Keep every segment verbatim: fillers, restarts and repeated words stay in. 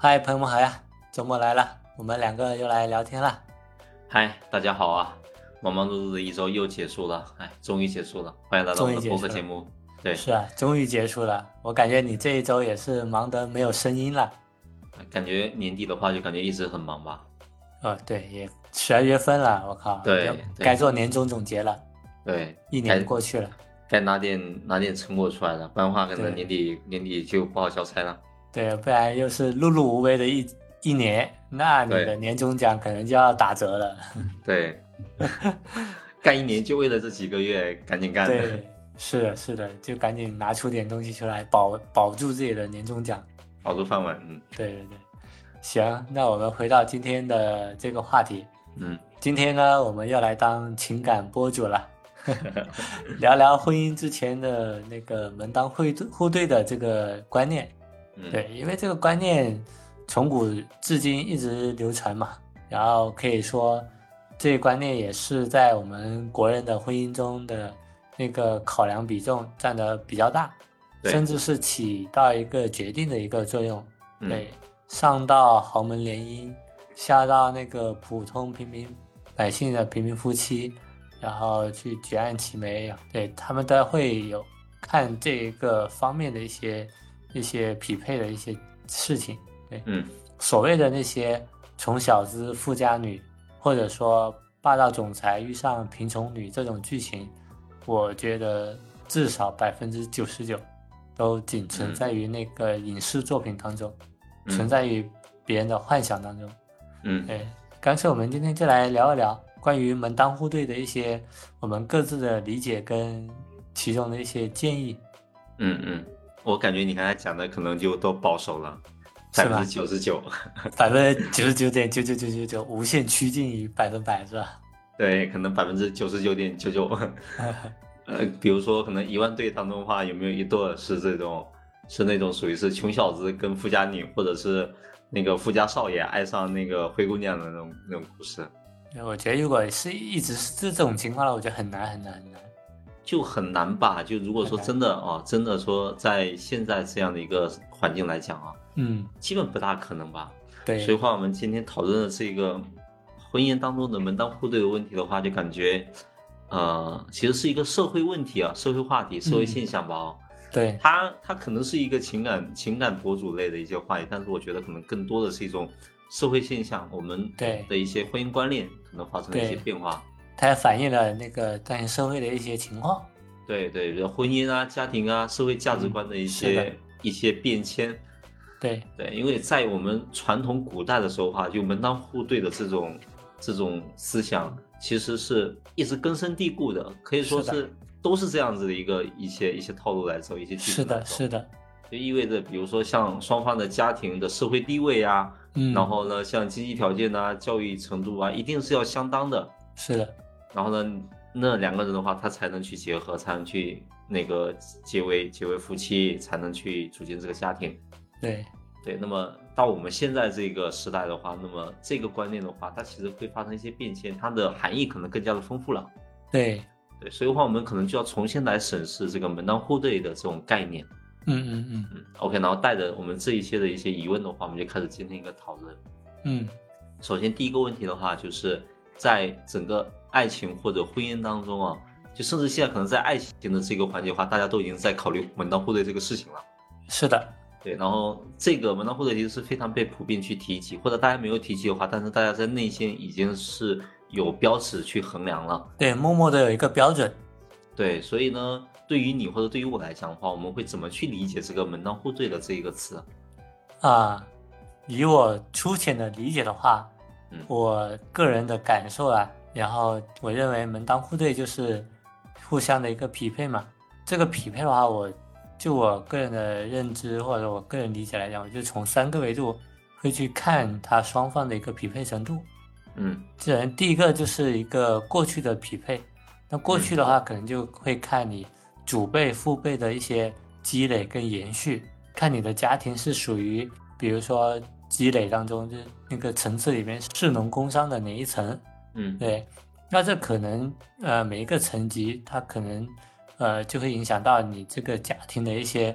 嗨，朋友们好呀！周末来了，我们两个又来聊天了。 嗨，大家好啊！忙忙碌碌的一周又结束了，哎，终于结束了，欢迎来到我们的终于结束了。 播客节目。对， 是啊，终于结束了。我感觉你这一周也是忙得没有声音了。 感觉年底的话就感觉一直很忙吧。 哦，对，也十二月份了，我靠，要对该对做年终总结了。 对， 一年该过去了。 该拿点拿点成果出来了，不然的话可能对年底年底就不好交差了。 对，不然又是碌碌无为的一一年，那你的对年终奖可能就要打折了。 对，干一年就为了这几个月，赶紧干。 对，是的，是的，就赶紧拿出点东西出来保保住自己的年终奖。 保住饭碗。嗯对对对。行，那我们回到今天的这个话题。 嗯， 今天呢，我们要来当情感博主了，聊聊婚姻之前的那个门当户对户对的这个观念。 嗯对，因为这个观念从古至今一直流传嘛，然后可以说这个观念也是在我们国人的婚姻中的那个考量比重占得比较大， 对甚至是起到一个决定的一个作用。 嗯对，上到豪门联姻，下到那个普通平民百姓的平民夫妻，然后去举案齐眉，对，他们都会有看这个方面的一些一些匹配的一些事情。对， 嗯所谓的那些穷小子富家女，或者说霸道总裁遇上贫穷女这种剧情，我觉得至少百分之九十九都仅存在于那个影视作品当中， 嗯存在于别人的幻想当中。 嗯对，干脆我们今天就来聊一聊关于门当户对的一些我们各自的理解跟其中的一些建议。 嗯嗯，我感觉你刚才讲的可能就都保守了，百分是吧之九十九。 百分之九十九点九九九九九，无限趋近于百分百，是吧？ 对，可能百分之九十九点九九。呃，比如说可能一万对当中的话，有没有一对是这种，是那种属于是穷小子跟富家女，或者是那个富家少爷爱上那个灰姑娘的那种那种故事， 我觉得如果是一直是这种情况了，我觉得很难很难很难。 就很难吧？就如果说真的啊，真的说在现在这样的一个环境来讲啊， 嗯， 基本不大可能吧。 对， 所以话我们今天讨论的这个婚姻当中的门当户对的问题的话，就感觉。呃，其实是一个社会问题啊，社会话题、社会现象吧。哦， 对， 它它可能是一个情感情感博主类的一些话题，但是我觉得可能更多的是一种社会现象，我们对的一些婚姻观念可能发生了一些对变化。 它也反映了那个当前社会的一些情况。 对对，比如婚姻啊、家庭啊、社会价值观的一嗯是的些、一些变迁。 对对，因为在我们传统古代的时候哈，就门当户对的这种这种思想，其实是一直根深蒂固的，可以说是是都是这样子的一个一些一些套路来走，一些剧是情来走。 的是的。 就意味着，比如说像双方的家庭的社会地位啊， 嗯， 然后呢，像经济条件啊、教育程度啊，一定是要相当的。 是的， 然后呢，那两个人的话，他才能去结合，才能去那个结为结为夫妻，才能去组建这个家庭。 对对，那么到我们现在这个时代的话，那么这个观念的话，它其实会发生一些变迁，它的含义可能更加的丰富了。 对， 对，所以的话，我们可能就要重新来审视这个门当户对的这种概念。 嗯嗯嗯嗯，OK，然后带着我们这一些的一些疑问的话，我们就开始进行一个讨论。 嗯， 首先，第一个问题的话，就是在整个爱情或者婚姻当中啊，就甚至现在可能在爱情的这个环节的话，大家都已经在考虑门当户对这个事情了。 是的， 对，然后这个门当户对其实是非常被普遍去提及，或者大家没有提及的话，但是大家在内心已经是有标尺去衡量了。 对，默默的有一个标准。 对，所以呢，对于你或者对于我来讲的话，我们会怎么去理解这个门当户对的这一个词？ 啊，以我粗浅的理解的话， 嗯我个人的感受啊，然后我认为门当户对就是互相的一个匹配嘛。这个匹配的话，我就我个人的认知或者我个人理解来讲，我就从三个维度会去看它双方的一个匹配程度。 嗯这第一个就是一个过去的匹配，那过去的话可能就会看你祖辈父辈的一些积累跟延续，看你的家庭是属于比如说积累当中就那个层次里面士农工商的哪一层。 嗯， 对，那这可能呃每一个层级它可能呃就会影响到你这个家庭的一些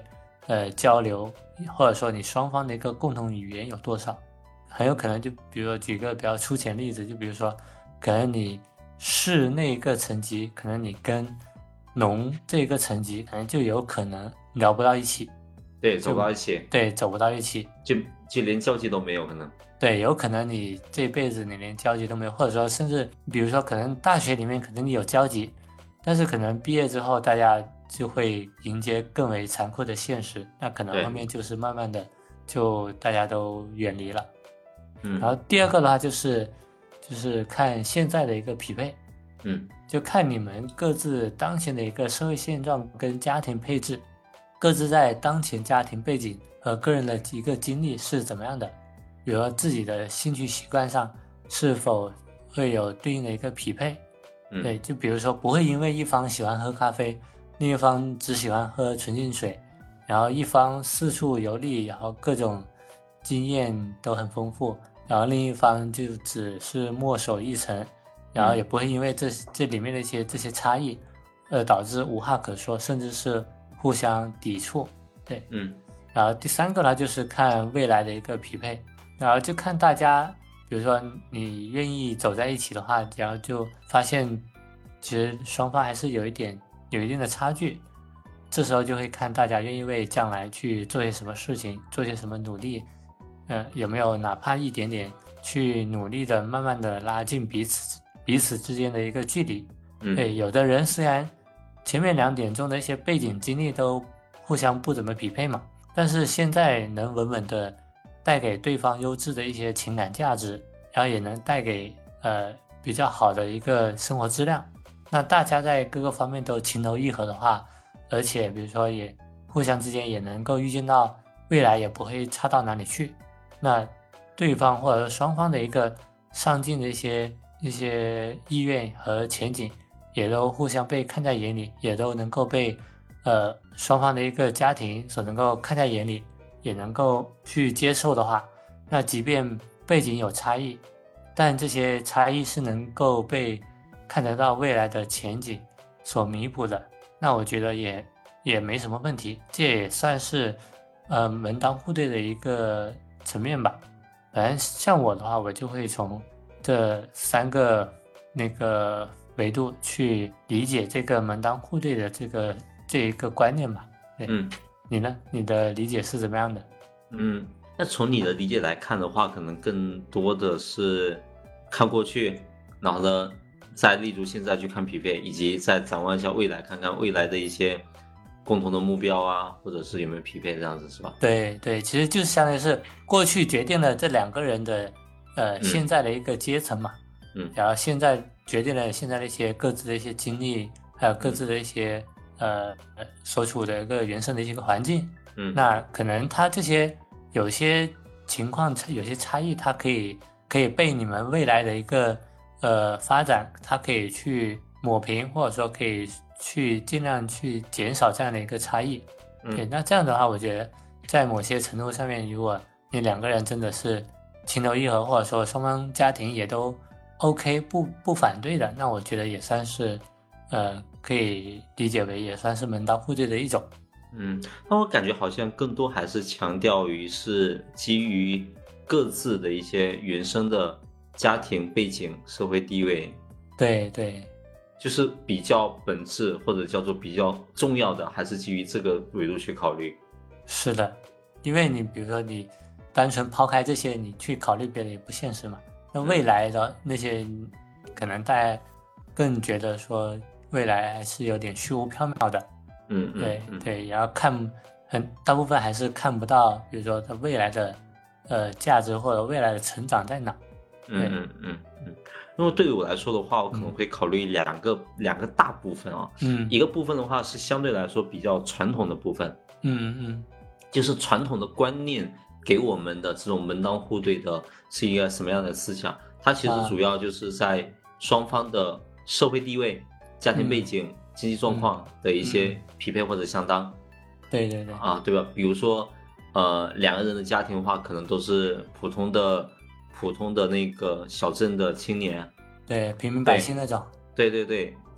呃交流，或者说你双方的一个共同语言有多少，很有可能就比如说举个比较粗浅例子，就比如说可能你市那个层级，可能你跟农这个层级可能就有可能聊不到一起， 对，走不到一起， 对，走不到一起， 就就连交集都没有可能。 对，有可能你这辈子你连交集都没有，或者说甚至比如说可能大学里面可能你有交集，但是可能毕业之后大家就会迎接更为残酷的现实，那可能后面就是慢慢的就大家都远离了。 嗯， 然后第二个的话就是就是看现在的一个匹配， 嗯， 就看你们各自当前的一个社会现状跟家庭配置，各自在当前家庭背景和个人的一个经历是怎么样的，比如说自己的兴趣习惯上是否会有对应的一个匹配。 嗯， 对，就比如说不会因为一方喜欢喝咖啡，另一方只喜欢喝纯净水，然后一方四处游历，然后各种经验都很丰富，然后另一方就只是墨守一成，然后也不会因为这这里面的一些这些差异，呃，导致无话可说，甚至是互相抵触。对， 嗯， 然后第三个呢，就是看未来的一个匹配，然后就看大家，比如说你愿意走在一起的话，然后就发现其实双方还是有一点有一定的差距，这时候就会看大家愿意为将来去做些什么事情，做些什么努力，呃，有没有哪怕一点点去努力的慢慢的拉近彼此彼此之间的一个距离。 嗯， 对，有的人虽然前面两点中的一些背景经历都互相不怎么匹配嘛，但是现在能稳稳的带给对方优质的一些情感价值，然后也能带给呃比较好的一个生活质量。那大家在各个方面都情投意合的话，而且比如说也互相之间也能够预见到未来也不会差到哪里去，那对方或者说双方的一个上进的一些一些意愿和前景也都互相被看在眼里，也都能够被呃双方的一个家庭所能够看在眼里，也能够去接受的话，那即便背景有差异，但这些差异是能够被看得到未来的前景所弥补的，那我觉得也也没什么问题，这也算是呃门当户对的一个层面吧。反正像我的话，我就会从这三个那个维度去理解这个门当户对的这个这一个观念吧。对， 嗯， 你呢？你的理解是怎么样的？ 嗯，那从你的理解来看的话，可能更多的是看过去，然后呢，再立足现在去看匹配，以及再展望一下未来，看看未来的一些共同的目标啊，或者是有没有匹配这样子，是吧？ 对对，其实就是相当于是过去决定了这两个人的呃、 嗯现在的一个阶层嘛， 嗯， 然后现在决定了现在的一些各自的一些经历，还有各自的一些、呃呃所处的一个原生的一个环境， 嗯， 那可能他这些有些情况有些差异，它可以可以被你们未来的一个呃发展，它可以去抹平，或者说可以去尽量去减少这样的一个差异。 嗯对，那这样的话，我觉得在某些程度上面，如果你两个人真的是情投意合，或者说双方家庭也都 OK，不不反对的，那我觉得也算是呃可以理解为也算是门当户对的一种。 嗯，那我感觉好像更多还是强调于是基于各自的一些原生的家庭背景、社会地位， 对对就是比较本质或者叫做比较重要的，还是基于这个维度去考虑。 是的，因为你比如说你单纯抛开这些，你去考虑别的也不现实嘛。那未来的那些，可能大家更觉得说未来还是有点虚无缥缈的。 嗯嗯， 对嗯对，然后看很大部分还是看不到，比如说它未来的呃价值或者未来的成长在哪。 嗯嗯嗯嗯，因为对于我来说的话，我可能会考虑两个、嗯、两个大部分啊。 嗯， 一个部分的话是相对来说比较传统的部分。 嗯嗯， 就是传统的观念给我们的这种门当户对的是一个什么样的思想？它其实主要就是在双方的社会地位、家庭背景、嗯、经济状况的一些匹配或者相当。 对对对啊，对吧？比如说，呃，两个人的家庭的话，可能都是普通的、普通的那个小镇的青年， 对平民百姓那种。 对对对，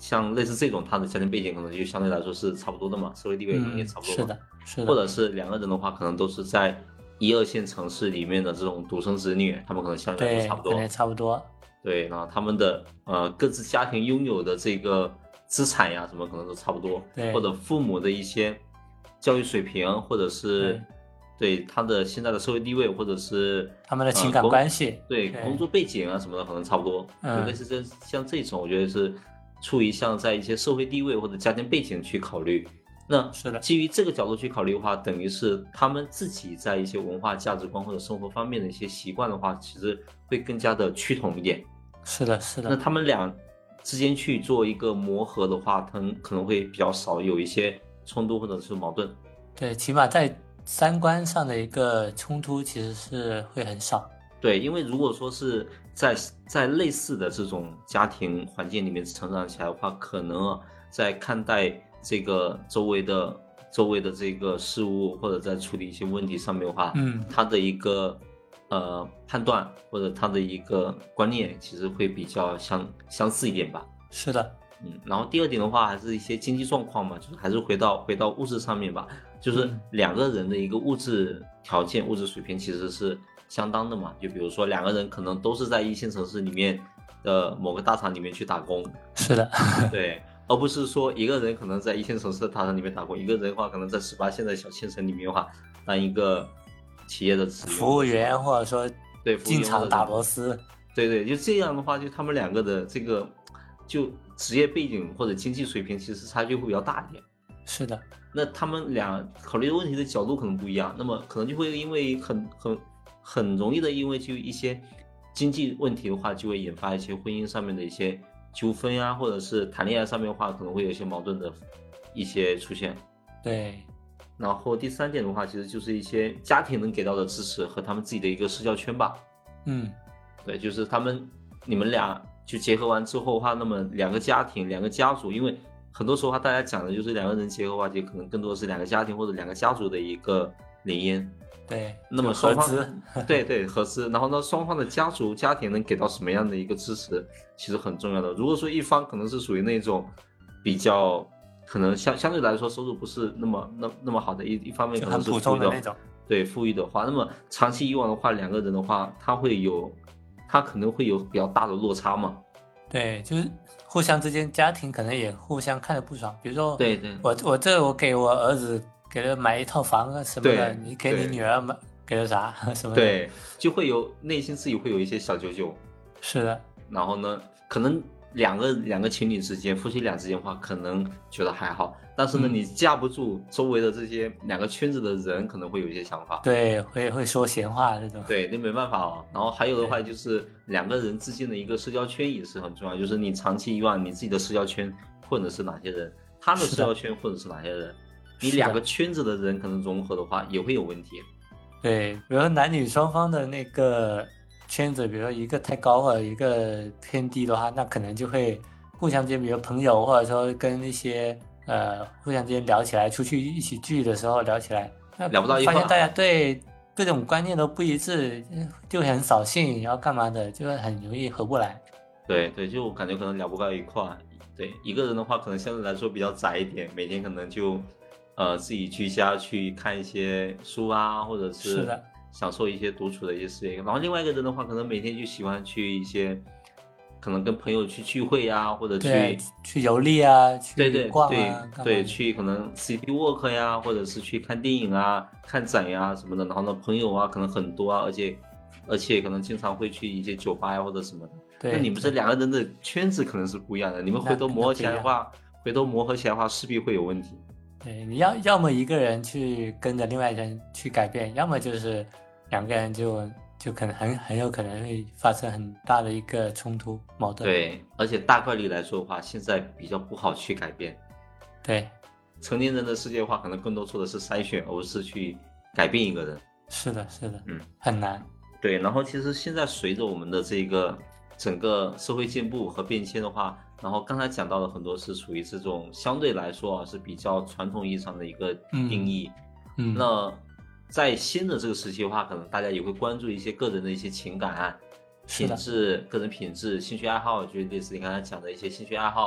像类似这种，他的家庭背景可能就相对来说是差不多的嘛，社会地位可能也差不多、 嗯。是的，是的。 或者是两个人的话，可能都是在一二线城市里面的这种独生子女，他们可能相对来说差不多。 对，可能差不多。 对，然后他们的呃各自家庭拥有的这个资产呀什么可能都差不多， 对， 或者父母的一些教育水平，或者是对他的现在的社会地位，或者是他们的情感关系、 呃、对, 对工作背景啊什么的可能差不多。 嗯， 就类似这像这种，我觉得是出于像在一些社会地位或者家庭背景去考虑。那是的， 基于这个角度去考虑的话，等于是他们自己在一些文化价值观或者生活方面的一些习惯的话，其实会更加的趋同一点。 是的，是的。 那他们俩之间去做一个磨合的话，他们可能会比较少有一些冲突或者是矛盾。 对，起码在三观上的一个冲突其实是会很少。 对，因为如果说是在在类似的这种家庭环境里面成长起来的话，可能在看待这个周围的周围的这个事物，或者在处理一些问题上面的话， 嗯， 他的一个呃判断或者他的一个观念，其实会比较相相似一点吧。 是的。 嗯，然后第二点的话，还是一些经济状况嘛，就是还是回到回到物质上面吧，就是两个人的一个物质条件、物质水平其实是相当的嘛。就比如说两个人可能都是在一线城市里面的某个大厂里面去打工， 是的， 对，而不是说一个人可能在一线城市的大厂里面打工，一个人的话可能在十八线的小县城里面的话当一个企业的服务员，或者说对进厂打螺丝， 对对，就这样的话，就他们两个的这个就职业背景或者经济水平其实差距会比较大一点。 是的， 那他们俩考虑的问题的角度可能不一样，那么可能就会因为很很很容易的因为就一些经济问题的话，就会引发一些婚姻上面的一些纠纷呀，或者是谈恋爱上面的话可能会有一些矛盾的一些出现。 对。 然后第三点的话，其实就是一些家庭能给到的支持和他们自己的一个社交圈吧。 嗯， 对，就是他们你们俩就结合完之后的话，那么两个家庭两个家族，因为很多时候话大家讲的就是两个人结合的话，就可能更多的是两个家庭或者两个家族的一个联姻。 对， 那么双方合资对对合资，然后呢双方的家族家庭能给到什么样的一个支持，其实很重要的。如果说一方可能是属于那种比较可能相相对来说收入不是那么那那么好的一一方面，可能是很普通的那种， 对富裕的话，那么长期以往的话，两个人的话，他会有他可能会有比较大的落差嘛。 对，就是互相之间家庭可能也互相看着不爽，比如说对对， 我我这我给我儿子给了买一套房啊什么的，你给你女儿买给了啥什么的， 对，就会有内心自己会有一些小九九。 是的， 然后呢，可能两个两个情侣之间，夫妻俩之间的话，可能觉得还好，但是呢， 嗯、 你架不住周围的这些两个圈子的人，可能会有一些想法。 对，会会说闲话这种。 对，那没办法哦。然后还有的话就是两个人之间的一个社交圈也是很重要，就是你长期以往你自己的社交圈混的是哪些人，他的社交圈混的是哪些人，你两个圈子的人可能融合的话也会有问题。 对，比如说男女双方的那个圈子，比如说一个太高或者一个偏低的话，那可能就会互相间，比如朋友或者说跟一些呃互相间聊起来，出去一起聚的时候聊起来，那聊不到一块， 发现大家对各种观念都不一致，就很扫兴，然后干嘛的，就很容易合不来。 对对，就感觉可能聊不到一块。对，一个人的话可能相对来说比较宅一点，每天可能就呃自己居家去看一些书啊，或者是享受一些独处的一些时间。然后另外一个人的话，可能每天就喜欢去一些可能跟朋友去聚会呀，或者去去游历啊， 去逛啊， 对对对，去可能 city walk 呀，或者是去看电影啊、看展呀什么的。然后呢，朋友啊可能很多啊，而且而且可能经常会去一些酒吧呀或者什么的。那你们这两个人的圈子可能是不一样的，你们回头磨合起来的话，回头磨合起来的话，势必会有问题。 对，你要要么一个人去跟着另外一个人去改变，要么就是两个人就就可能很很有可能会发生很大的一个冲突矛盾。 对，而且大概率来说的话，现在比较不好去改变。 对， 成年人的世界的话，可能更多做的是筛选，而不是去改变一个人。 是的，是的， 嗯， 很难。 对，然后其实现在随着我们的这个整个社会进步和变迁的话，然后刚才讲到的很多是属于这种相对来说啊是比较传统意义上的一个定义。 嗯，嗯那在新的这个时期的话，可能大家也会关注一些个人的一些情感、品质、个人品质、兴趣爱好，就类似你刚才讲的一些兴趣爱好，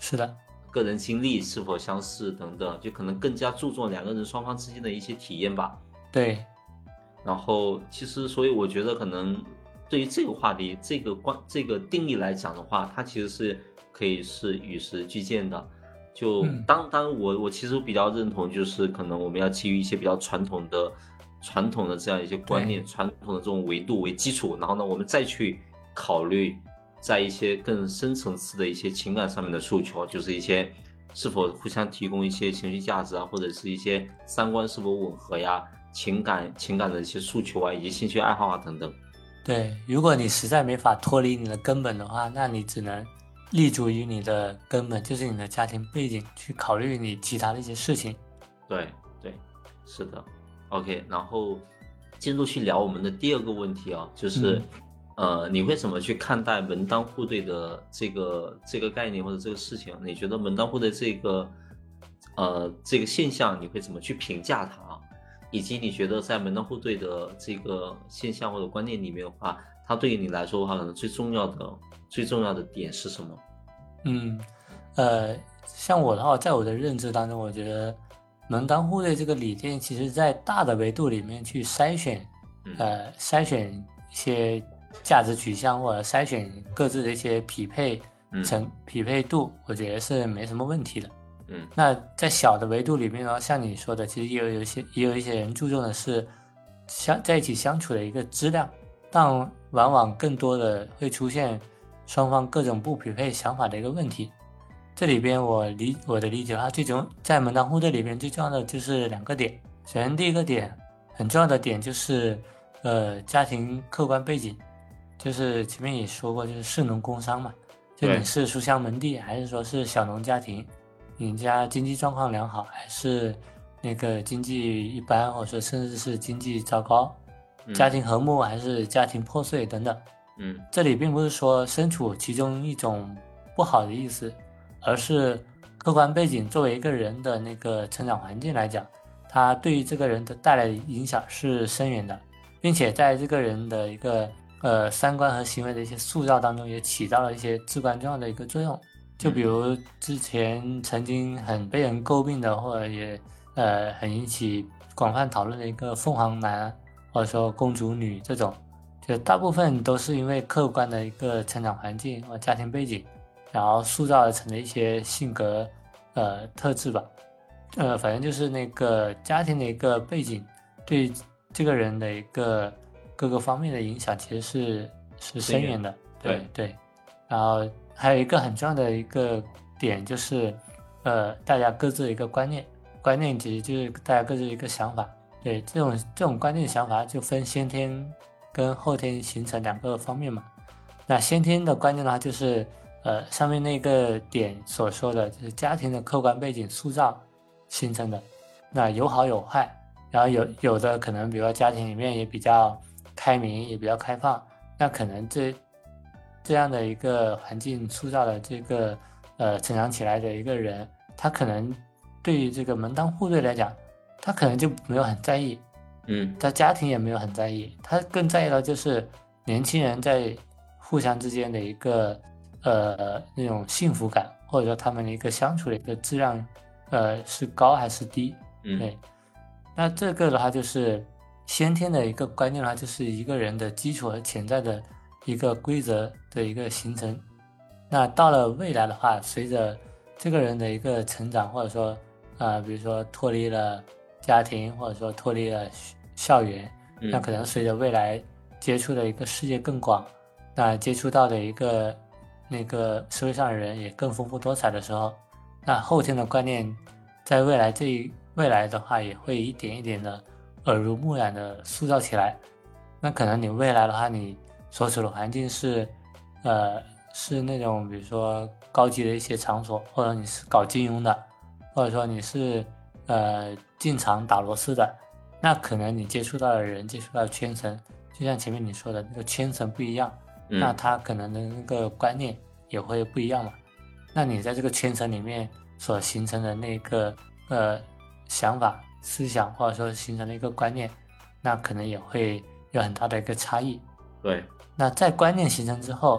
是的， 个人经历是否相似等等，就可能更加注重两个人双方之间的一些体验吧。 对， 然后其实，所以我觉得可能对于这个话题、这个关、这个定义来讲的话，它其实是可以是与时俱进的。就嗯， 当当我我其实比较认同，就是可能我们要基于一些比较传统的、传统的这样一些观念、传统的这种维度为基础，然后呢，我们再去考虑在一些更深层次的一些情感上面的诉求，就是一些是否互相提供一些情绪价值啊，或者是一些三观是否吻合呀。情感情感的一些诉求啊，以及兴趣爱好啊等等。 对，如果你实在没法脱离你的根本的话，那你只能立足于你的根本，就是你的家庭背景，去考虑你其他的一些事情。 对对，是的。OK，然后进入去聊我们的第二个问题啊，就是、嗯、呃，你会怎么去看待门当户对的这个这个概念或者这个事情？你觉得门当户对这个呃这个现象，你会怎么去评价它啊？以及你觉得在门当户对的这个现象或者观念里面的话，它对于你来说的话，可能最重要的最重要的点是什么？ 嗯，呃，像我的话，在我的认知当中，我觉得门当户对这个理念，其实在大的维度里面去筛选， 嗯呃，筛选一些价值取向或者筛选各自的一些匹配嗯成匹配度，我觉得是没什么问题的。 嗯那在小的维度里面呢，像你说的，其实也有有一些也有一些人注重的是相在一起相处的一个质量，但往往更多的会出现双方各种不匹配想法的一个问题。这里边我理我的理解的话，最终在门当户对里边最重要的就是两个点。首先第一个点很重要的点就是呃家庭客观背景，就是前面也说过，就是士农工商嘛，就你对是书香门第还是说是小农家庭，你家经济状况良好还是那个经济一般，或者说甚至是经济糟糕， 嗯家庭和睦还是家庭破碎等等。 嗯这里并不是说身处其中一种不好的意思，而是客观背景作为一个人的那个成长环境来讲，它对于这个人的带来的影响是深远的，并且在这个人的一个呃三观和行为的一些塑造当中，也起到了一些至关重要的一个作用。就比如之前曾经很被人诟病的，或者也呃很引起广泛讨论的一个凤凰男，或者说公主女这种。就大部分都是因为客观的一个成长环境和家庭背景，然后塑造而成的一些性格呃特质吧。呃，反正就是那个家庭的一个背景对这个人的一个各个方面的影响，其实是是深远的。对对对。然后还有一个很重要的一个点就是，呃，大家各自的一个观念，观念其实就是大家各自的一个想法。对，这种这种观念想法就分先天跟后天形成两个方面嘛。那先天的观念的话，就是呃上面那个点所说的，就是家庭的客观背景塑造形成的。那有好有坏，然后有有的可能，比如说家庭里面也比较开明，也比较开放，那可能这这样的一个环境塑造了这个呃成长起来的一个人，他可能对于这个门当户对来讲，他可能就没有很在意。 嗯他家庭也没有很在意，他更在意的就是年轻人在互相之间的一个呃那种幸福感，或者说他们的一个相处的一个质量，呃是高还是低？ 嗯对，那这个的话就是先天的一个观念的话，就是一个人的基础和潜在的一个规则的一个形成。那到了未来的话，随着这个人的一个成长，或者说啊、呃比如说脱离了家庭，或者说脱离了学校园， 嗯那可能随着未来接触的一个世界更广，那接触到的一个那个社会上的人也更丰富多彩的时候，那后天的观念在未来这一未来的话，也会一点一点的耳濡目染的塑造起来。那可能你未来的话，你所处的环境是，呃，是那种比如说高级的一些场所，或者你是搞金融的，或者说你是呃进厂打螺丝的，那可能你接触到的人、接触到的圈层，就像前面你说的那个圈层不一样， 嗯那他可能的那个观念也会不一样嘛。那你在这个圈层里面所形成的那个呃想法、思想，或者说形成的一个观念，那可能也会有很大的一个差异。 对， 那在观念形成之后，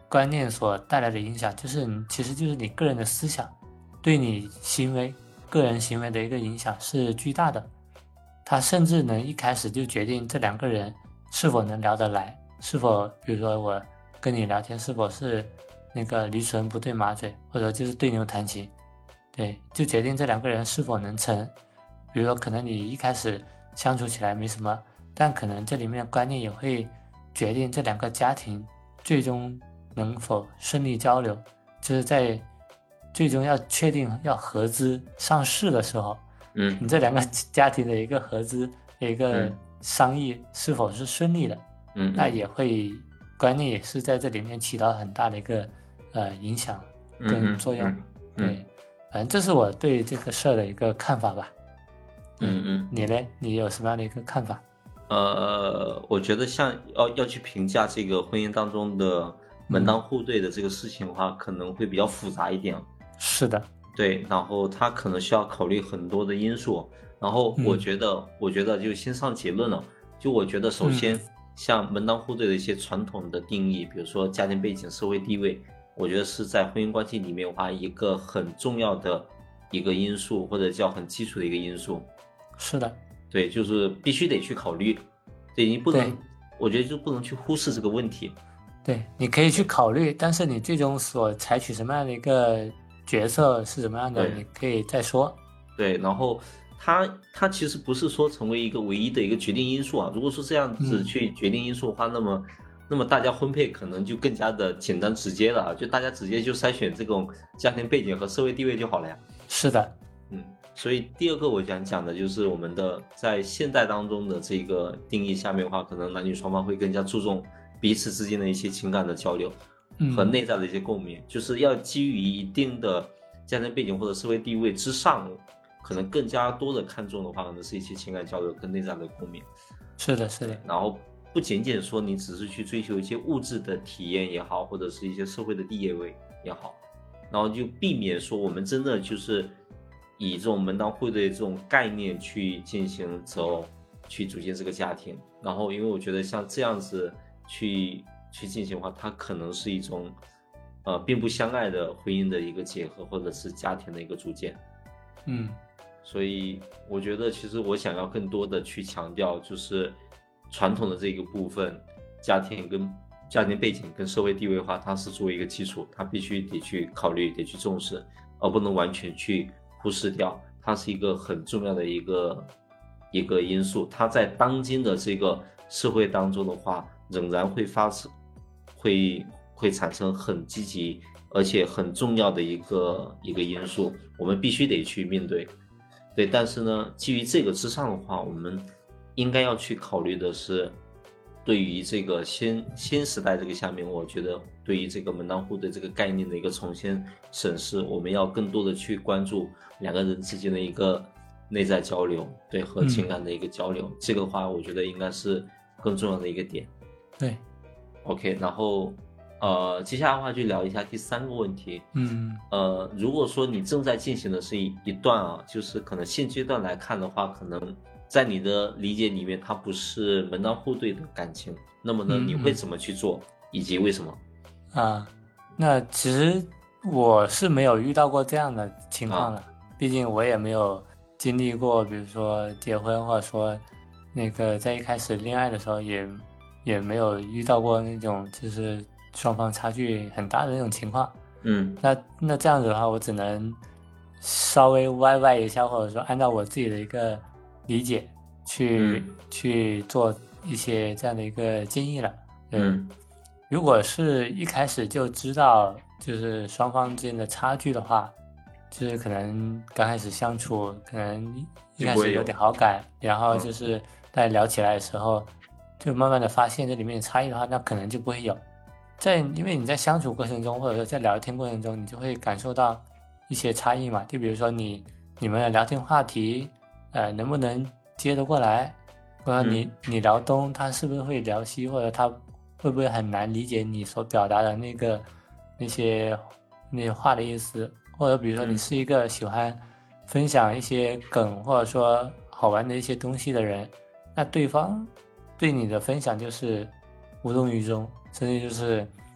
观念所带来的影响，就是你其实就是你个人的思想对你行为、个人行为的一个影响是巨大的。它甚至能一开始就决定这两个人是否能聊得来，是否比如说我跟你聊天是否是那个驴唇不对马嘴，或者就是对牛弹琴，对，就决定这两个人是否能成。比如说可能你一开始相处起来没什么，但可能这里面的观念也会决定这两个家庭最终能否顺利交流，就是在最终要确定要合资上市的时候， 嗯， 你这两个家庭的一个合资的一个嗯商议是否是顺利的， 嗯， 那也会观念也是在这里面起到很大的一个呃影响跟作用。 嗯嗯嗯对，反正这是我对这个事儿的一个看法吧。 嗯嗯， 你呢？你有什么样的一个看法？ 呃，我觉得像要要去评价这个婚姻当中的门当户对的这个事情的话，可能会比较复杂一点。 是的， 对，然后他可能需要考虑很多的因素。然后我嗯觉得，我觉得就先上结论了。就我觉得，首先嗯像门当户对的一些传统的定义，比如说家庭背景、社会地位，我觉得是在婚姻关系里面的话一个很重要的一个因素，或者叫很基础的一个因素。 是的， 对，就是必须得去考虑。对，你不对能，我觉得就不能去忽视这个问题。 对，你可以去考虑，但是你最终所采取什么样的一个角色是什么样的， 对你可以再说。 对，然后它它其实不是说成为一个唯一的一个决定因素啊。如果说这样子嗯去决定因素的话，那么那么大家婚配可能就更加的简单直接了啊，就大家直接就筛选这种家庭背景和社会地位就好了呀。 是的， 嗯，所以第二个我想讲的就是我们的在现代当中的这个定义下面的话，可能男女双方会更加注重彼此之间的一些情感的交流和嗯内在的一些共鸣，就是要基于一定的家庭背景或者社会地位之上，可能更加多的看重的话，可能是一些情感交流跟内在的共鸣。 是的，是的， 然后不仅仅说你只是去追求一些物质的体验也好，或者是一些社会的地位也好，然后就避免说我们真的就是以这种门当户对这种概念去进行择偶，去组建这个家庭。然后因为我觉得像这样子去去进行的话，它可能是一种呃并不相爱的婚姻的一个结合，或者是家庭的一个组建。 嗯所以我觉得，其实我想要更多的去强调，就是传统的这个部分，家庭跟家庭背景跟社会地位的话，它是作为一个基础，它必须得去考虑，得去重视，而不能完全去忽视掉。它是一个很重要的一个一个因素，它在当今的这个社会当中的话，仍然会发生，会会产生很积极而且很重要的一个一个因素，我们必须得去面对。对，但是呢，基于这个之上的话，我们应该要去考虑的是，对于这个新新时代这个下面，我觉得对于这个门当户对这个概念的一个重新审视，我们要更多的去关注两个人之间的一个内在交流，对，和情感的一个交流。嗯、这个的话，我觉得应该是更重要的一个点。 对 ，OK，然后呃，接下来的话就聊一下第三个问题。 嗯呃，如果说你正在进行的是一一段啊，就是可能现阶段来看的话，可能在你的理解里面，它不是门当户对的感情，那么呢， 嗯你会怎么去做，以及为什么？ 啊，那其实我是没有遇到过这样的情况的，毕竟我也没有经历过，比如说结婚，或者说那个在一开始恋爱的时候也也没有遇到过那种就是双方差距很大的那种情况。 嗯那那这样子的话，我只能稍微歪歪一下，或者说按照我自己的一个理解去、 嗯去做一些这样的一个建议了。 嗯如果是一开始就知道就是双方之间的差距的话，就是可能刚开始相处，可能一开始有点好感，然后就是大家聊起来的时候，就慢慢的发现这里面的差异的话，那可能就不会有。在因为你在相处过程中，或者说在聊天过程中，你就会感受到一些差异嘛。就比如说你你们的聊天话题，呃，能不能接得过来，或者你、嗯、你聊东，他是不是会聊西，或者他会不会很难理解你所表达的那个那些那些话的意思，或者比如说你是一个喜欢分享一些梗或者说好玩的一些东西的人，那对方对你的分享就是无动于衷，甚至就是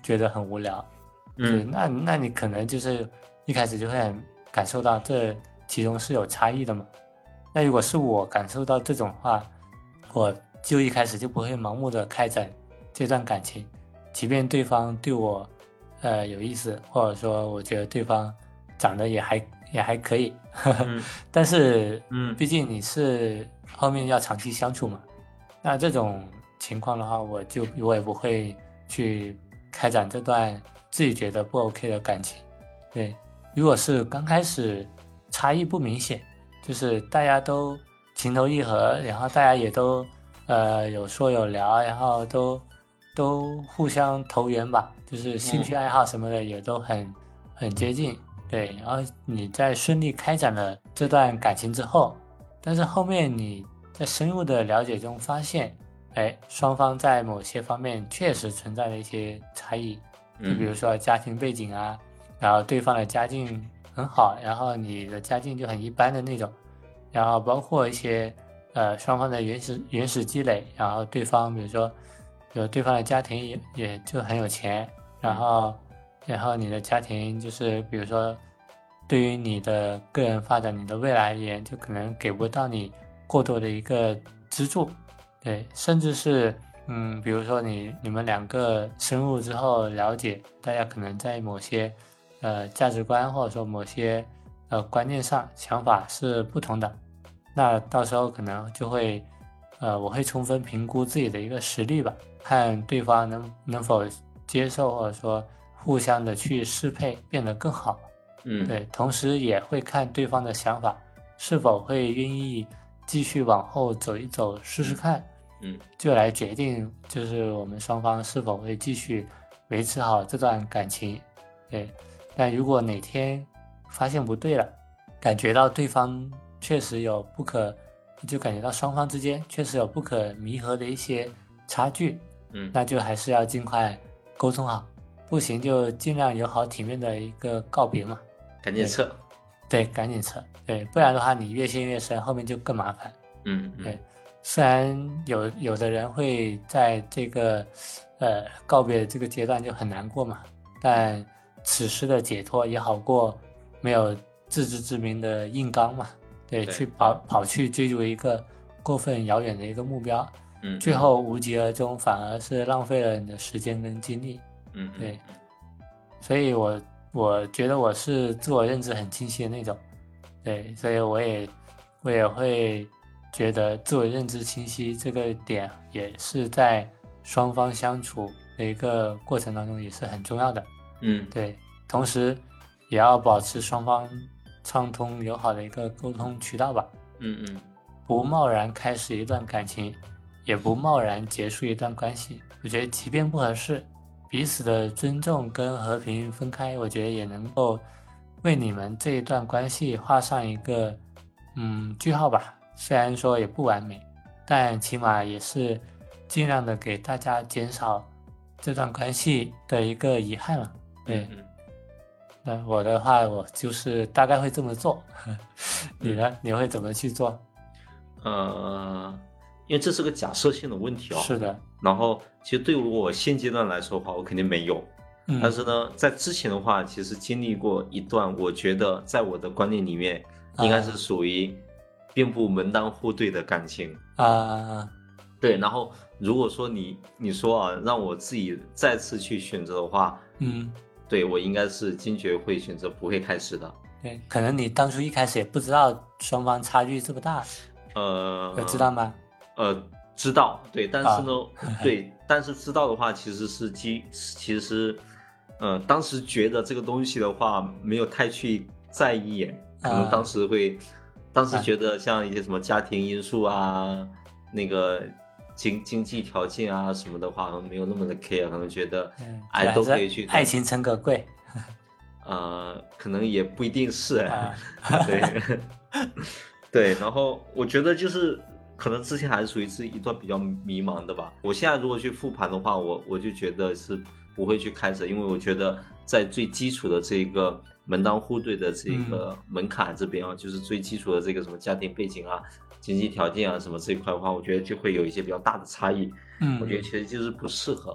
觉得很无聊。 嗯， 那那你可能就是一开始就会很感受到这其中是有差异的嘛。那如果是我感受到这种话，我就一开始就不会盲目的开展这段感情，即便对方对我呃有意思，或者说我觉得对方长得也还也还可以，呵呵嗯但是嗯毕竟你是后面要长期相处嘛，那这种情况的话，我就我也不会去开展这段自己觉得不 OK 的感情。对，如果是刚开始差异不明显，就是大家都情投意合，然后大家也都呃有说有聊，然后都都互相投缘吧，就是兴趣爱好什么的也都很很接近。对，然后你在顺利开展了这段感情之后，但是后面你在深入的了解中发现，哎，双方在某些方面确实存在了一些差异，就比如说家庭背景啊，然后对方的家境很好，然后你的家境就很一般的那种，然后包括一些呃双方的原始原始积累，然后对方比如说有对方的家庭也也就很有钱，然后然后你的家庭就是比如说对于你的个人发展、你的未来而言，就可能给不到你过多的一个资助，对，甚至是嗯，比如说你你们两个深入之后了解，大家可能在某些呃价值观或者说某些呃观念上想法是不同的，那到时候可能就会呃我会充分评估自己的一个实力吧，看对方能能否接受或者说互相的去适配，变得更好。 嗯， 对，同时也会看对方的想法是否会愿意继续往后走一走试试看， 嗯就来决定就是我们双方是否会继续维持好这段感情。对，但如果哪天发现不对了，感觉到对方确实有不可，就感觉到双方之间确实有不可弥合的一些差距， 嗯， 那就还是要尽快沟通好，不行就尽量友好体面的一个告别嘛。 赶紧撤。 对，赶紧撤，对，不然的话你越陷越深，后面就更麻烦。 嗯嗯对，虽然有有的人会在这个呃告别的这个阶段就很难过嘛，但此时的解脱也好过没有自知之明的硬刚嘛。对， 对去跑跑去追逐一个过分遥远的一个目标， 嗯， 最后无疾而终，反而是浪费了你的时间跟精力。 嗯嗯对，所以我我觉得我是自我认知很清晰的那种，对，所以我也我也会觉得自我认知清晰这个点也是在双方相处的一个过程当中也是很重要的， 嗯对，同时也要保持双方畅通友好的一个沟通渠道吧， 嗯嗯不贸然开始一段感情，也不贸然结束一段关系。我觉得即便不合适，彼此的尊重跟和平分开，我觉得也能够为你们这一段关系画上一个嗯句号吧。虽然说也不完美，但起码也是尽量的给大家减少这段关系的一个遗憾了。对， 嗯， 那我的话，我就是大概会这么做。你呢？你会怎么去做？ 呃，因为这是个假设性的问题哦。 是的， 然后，其实对于我现阶段来说的话，我肯定没有。 嗯， 但是呢，在之前的话，其实经历过一段，我觉得在我的观念里面，应该是属于并不门当户对的感情啊。 对，然后如果说你你说啊，让我自己再次去选择的话， 嗯， 对我应该是坚决会选择不会开始的。 对，可能你当初一开始也不知道双方差距这么大， 呃， 有知道吗？ 呃，知道，对，但是呢， 啊、 对，但是知道的话，其实是基，其实，呃，当时觉得这个东西的话，没有太去在意，可能当时会，啊、当时觉得像一些什么家庭因素啊，那个经经济条件啊什么的话，没有那么的 care，可能觉得，哎，都可以去。 爱情诚可贵。 呃，可能也不一定是， 啊、 对，对，然后我觉得就是可能之前还是属于是一段比较迷茫的吧。我现在如果去复盘的话，我我就觉得是不会去开始，因为我觉得在最基础的这个门当户对的这个门槛这边啊，嗯、就是最基础的这个什么家庭背景啊、经济条件啊什么这一块的话，我觉得就会有一些比较大的差异。 嗯， 我觉得其实就是不适合。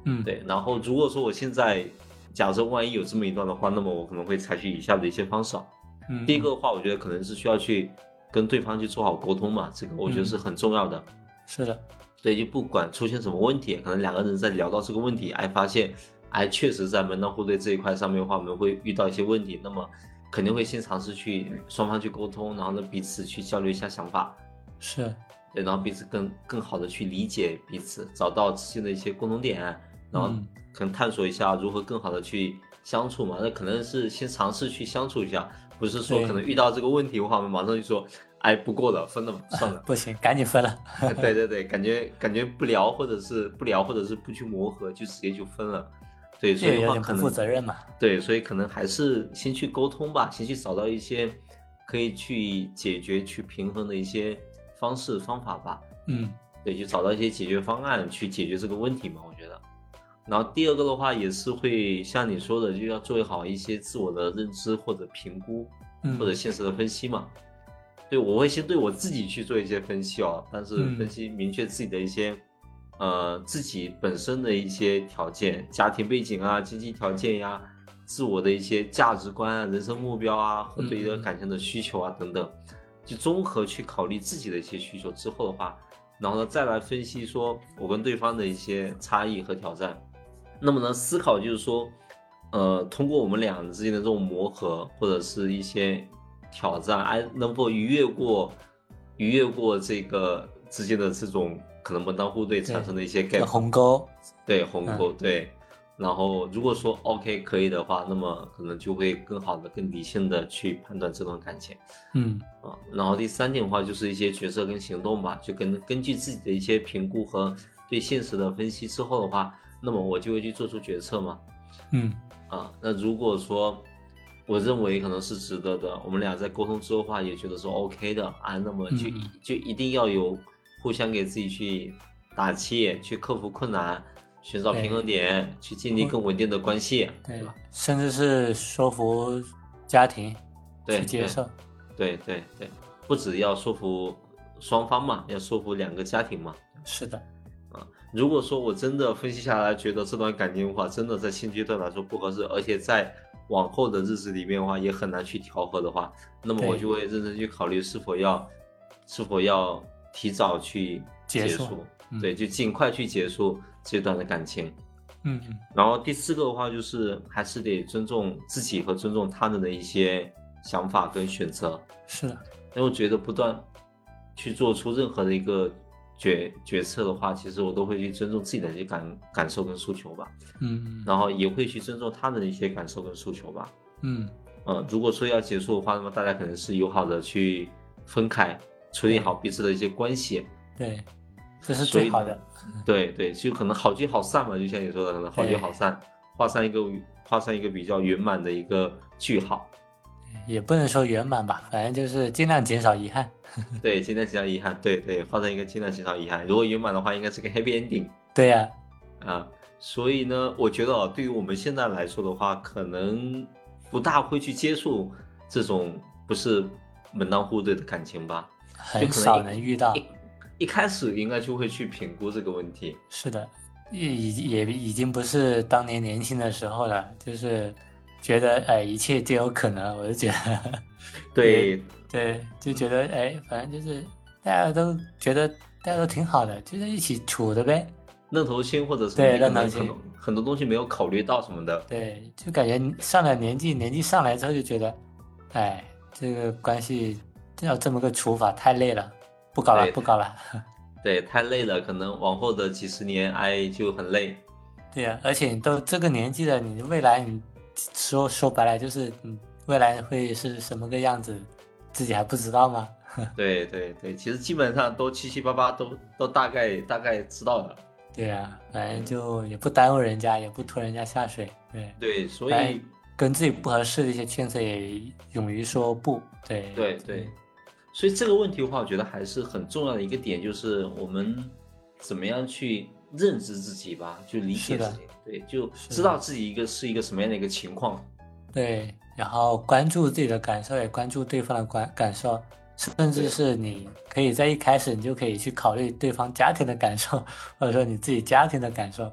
嗯， 对。然后如果说我现在假设万一有这么一段的话，那么我可能会采取以下的一些方式。 嗯， 第一个的话，我觉得可能是需要去跟对方去做好沟通嘛，这个我觉得是很重要的。 嗯、是的。 所以就不管出现什么问题，可能两个人在聊到这个问题，哎，发现哎确实在门当户对这一块上面的话，我们会遇到一些问题，那么肯定会先尝试去双方去沟通，然后呢彼此去交流一下想法， 是对，然后彼此更更好的去理解彼此，找到之间的一些共同点，然后可能探索一下如何更好的去相处嘛。那可能是先尝试去相处一下，不是说可能遇到这个问题的话，我们马上就说哎不过了，分了算了， 不行，赶紧分了。 对对对，感觉感觉不聊，或者是不聊，或者是不去磨合，就直接就分了。对，所以的话可能不负责任嘛。 对，所以可能还是先去沟通吧，先去找到一些可以去解决、去平衡的一些方式方法吧。 嗯， 对，就找到一些解决方案去解决这个问题嘛，我觉得。然后第二个的话，也是会像你说的，就要做好一些自我的认知或者评估，或者现实的分析嘛。嗯，对，我会先对我自己去做一些分析哦，但是分析明确自己的一些、嗯、呃自己本身的一些条件，家庭背景啊、经济条件呀、自我的一些价值观啊、人生目标啊和对于感情的需求啊等等，就综合去考虑自己的一些需求之后的话，然后呢再来分析说我跟对方的一些差异和挑战。那么呢思考就是说，呃，通过我们俩之间的这种磨合或者是一些挑战，哎，能否逾越过逾越过这个之间的这种可能门当户对产生的一些 gap 鸿沟， 对鸿沟、嗯、对。然后如果说 OK 可以的话，那么可能就会更好的、更理性的去判断这段感情。 嗯啊，然后第三点的话就是一些决策跟行动吧，就跟根据自己的一些评估和对现实的分析之后的话，那么我就会去做出决策嘛。 嗯啊，那如果说我认为可能是值得的，我们俩在沟通之后的话也觉得是 OK 的啊，那么就、嗯、就一定要有互相给自己去打气，去克服困难，寻找平衡点，去建立更稳定的关系， 对吧？ 甚至是说服家庭去接受。 对对 对, 对，不只要说服双方嘛，要说服两个家庭嘛。 是的。 啊，如果说我真的分析下来觉得这段感情的话真的在现阶段来说不合适，而且在往后的日子里面的话也很难去调和的话，那么我就会认真去考虑是否要是否要提早去结束, 结束、嗯、对，就尽快去结束这段的感情。 嗯嗯。 然后第四个的话就是还是得尊重自己和尊重他人的一些想法跟选择。 是的。 因为我觉得不断去做出任何的一个决决策的话，其实我都会去尊重自己的一些感感受跟诉求吧。 嗯， 然后也会去尊重他人的一些感受跟诉求吧。 嗯呃，如果说要结束的话，那么大家可能是友好的去分开，处理好彼此的一些关系。 对，这是最好的。 对对，就可能好聚好散嘛，就像你说的，可能好聚好散，画上一个画上一个比较圆满的一个句号。 也不能说圆满吧，反正就是尽量减少遗憾。 对，尽量减少遗憾，对对，画上一个尽量减少遗憾。如果圆满的话，应该是个 happy ending。 对呀、 啊，啊，所以呢，我觉得哦，对于我们现在来说的话，可能不大会去接触这种不是门当户对的感情吧， 很少能遇到。 一, 一开始应该就会去评估这个问题。 是的，也也已经不是当年年轻的时候了，就是觉得哎，一切皆有可能。我就觉得， 对对，就觉得哎，反正就是大家都觉得大家都挺好的，就在一起处的呗。 愣头青或者是对愣头青， 很多东西没有考虑到什么的。 对，就感觉上了年纪，年纪上来之后就觉得，哎，这个关系要这么个处法太累了，不搞了，不搞了。 对，太累了，可能往后的几十年，哎，就很累。 对呀、啊，而且你都这个年纪了，你未来你说说白了就是你未来会是什么个样子，自己还不知道吗？ 对对对，其实基本上都七七八八都都大概大概知道了。 对呀、啊，反正就也不耽误人家，也不拖人家下水。对对，所以跟自己不合适的一些圈子也勇于说不。对对对，所以这个问题的话，我觉得还是很重要的一个点，就是我们怎么样去认知自己吧，就理解自己，对，就知道自己一个是一个什么样的一个情况。 对，然后关注自己的感受，也关注对方的感感受。甚至是你可以在一开始你就可以去考虑对方家庭的感受，或者说你自己家庭的感受。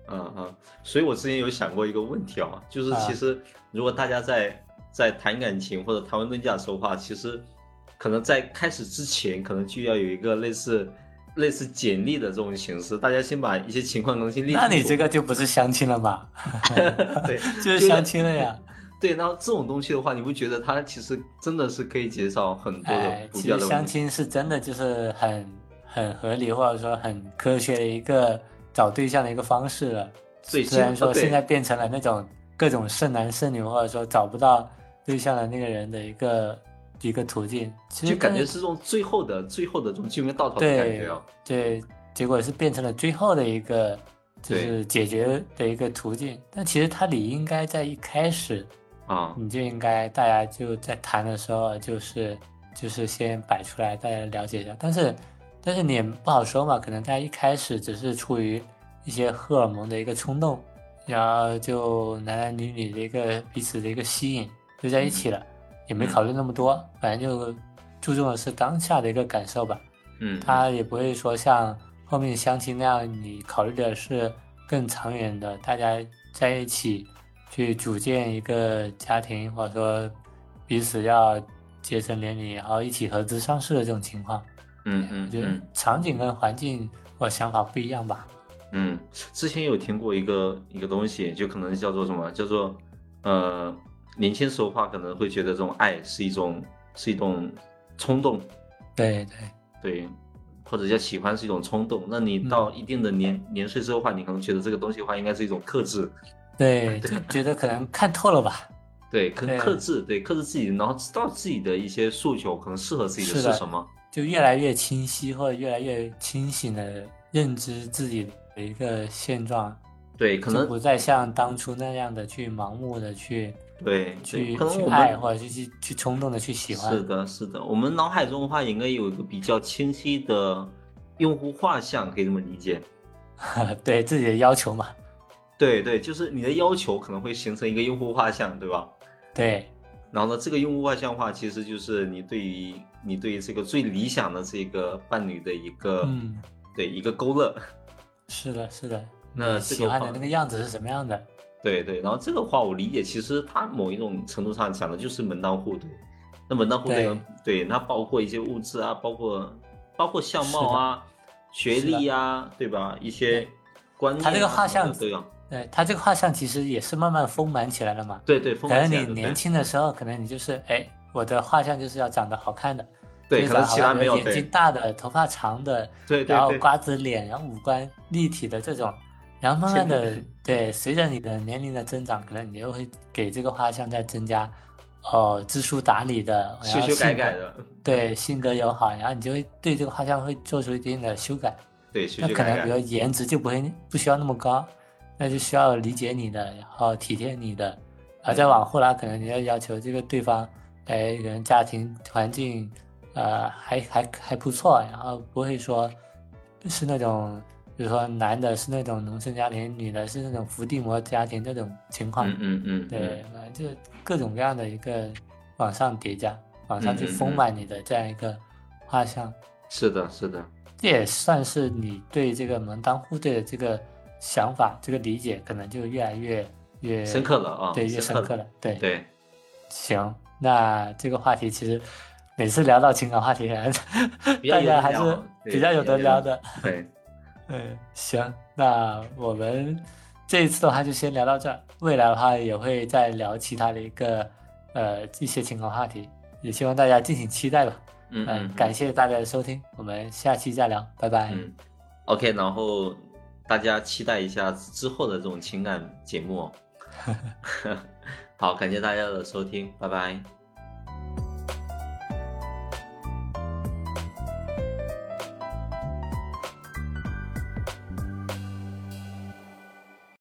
嗯嗯，所以我之前有想过一个问题啊，就是啊其实如果大家在在谈感情或者谈婚论嫁的时候的话，其实可能在开始之前，可能就要有一个类似类似简历的这种形式，大家先把一些情况能先列清楚。 那你这个就不是相亲了吧？ 对， 就是相亲了呀。 对，然后这种东西的话，你会觉得它其实真的是可以减少很多的哎， 不其必要的问题。 实相亲是真的就是很很合理，或者说很科学的一个找对象的一个方式了。 对， 虽然说对现在变成了那种各种剩男剩女，或者说找不到对象的那个人的一个一个途径，其实就感觉但是这种最后的最后的这种救命稻草的感对觉啊。 对，结果是变成了最后的一个就对是解决的一个途径。但其实它理应该在一开始， 啊， 你就应该大家就在谈的时候就是就是先摆出来，大家了解一下。但是但是你也不好说嘛，可能大家一开始只是出于一些荷尔蒙的一个冲动，然后就男男女女的一个彼此的一个吸引，就在一起了，也没考虑那么多，反正就注重的是当下的一个感受吧。 嗯， 他也不会说像后面相亲那样，你考虑的是更长远的，大家在一起去组建一个家庭，或者说彼此要结成连理，然后一起合资上市的这种情况。 嗯嗯我觉得嗯场景跟环境或想法不一样吧。 嗯，之前有听过一个一个东西，就可能叫做什么，叫做呃，年轻时候的话可能会觉得这种爱是一种是一种冲动， 对对， 对，或者叫喜欢是一种冲动。那你到一定的年、年岁之后的话，你可能觉得这个东西的话应该是一种克制， 对，就觉得可能看透了吧。 对，可能对克制，对，克制自己，然后知道自己的一些诉求，可能适合自己的是的是什么。 就越来越清晰或者越来越清醒的认知自己的一个现状， 对，可能就不再像当初那样的去盲目的去对，对， 去可能我去爱， 们或者是去去冲动的去喜欢。 是的，是的，我们脑海中的话应该有一个比较清晰的用户画像，可以这么理解。 对自己的要求嘛。 对对，就是你的要求可能会形成一个用户画像，对吧？ 对然后呢，这个用户画像化其实就是你对于你对于这个最理想的这个伴侣的一个、 嗯， 对一个勾勒。 是的，是的。 那你喜欢的这个话那个样子是什么样的？ 对对，然后这个话我理解，其实它某一种程度上讲的就是门当户对。那门当户对呢，对，那包括一些物质啊，包括包括相貌啊、学历啊，对吧？一些观念、啊， 他这个画像都有。 对他这个画像其实也是慢慢丰满起来了嘛。 对对，丰满起来的可能你年轻的时候，可能你就是哎，我的画像就是要长得好看的， 对， 就是可能其他长得好看的眼没有对睛大的，头发长的， 对对对然后瓜子脸，然后五官立体的这种，然后慢慢的现对，随着你的年龄的增长，可能你又会给这个画像再增加，哦，知书达理的，然修修后性格改改的， 对，性格友好，然后你就会对这个画像会做出一定的修改。 对，修那修改改。 可能比如颜值就不会不需要那么高，那就需要理解你的，然后体贴你的，而再往后来，可能你要要求这个对方，哎，可能家庭环境，呃，还还还不错，然后不会说是那种，比如说男的是那种农村家庭，女的是那种伏地魔家庭这种情况， 嗯嗯嗯， 对，呃就各种各样的一个往上叠加，往上去嗯嗯嗯丰满你的这样一个画像。 是的，是的， 这也算是你对这个门当户对的这个想法、这个理解，可能就越来越越深刻了啊， 对，越深刻了。对对， 行，那这个话题其实每次聊到情感话题， 比较大有得聊家还是对比较有得聊的。 对， 嗯，行，那我们这一次的话就先聊到这儿，未来的话也会再聊其他的一个呃一些情感话题，也希望大家敬请期待吧。 嗯嗯， 嗯， 感谢大家的收听，我们下期再聊，拜拜。 嗯，OK，然后大家期待一下之后的这种情感节目哦。好，感谢大家的收听，拜拜。